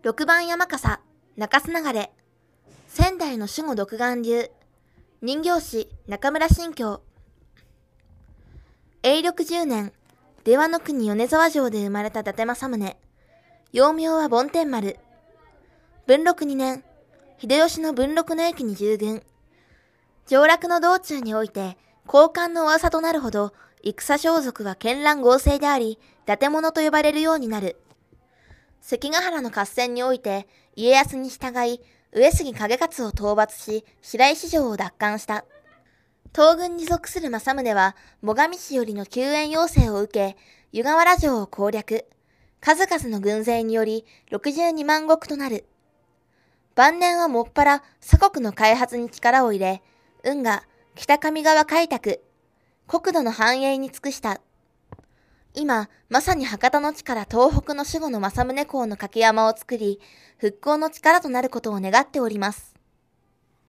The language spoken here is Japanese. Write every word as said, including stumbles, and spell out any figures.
六番山笠、中洲流。仙台の守護独眼流。人形師、中村新京。永禄十年、出羽の国米沢城で生まれた伊達政宗。幼名は梵天丸。文禄二年、秀吉の文禄の役に従軍。上洛の道中において、高官の噂となるほど、戦装束は絢爛豪勢であり、伊達者と呼ばれるようになる。関ヶ原の合戦において、家康に従い、上杉景勝を討伐し、白石城を奪還した。東軍に属する政宗は、最上氏よりの救援要請を受け、湯河原城を攻略。数々の軍勢により、ろくじゅうにまんごくとなる。晩年はもっぱら鎖国の開発に力を入れ、運河、北上川開拓、国土の繁栄に尽くした。今、まさに博多の地から東北の守護の政宗公の掛山を作り、復興の力となることを願っております。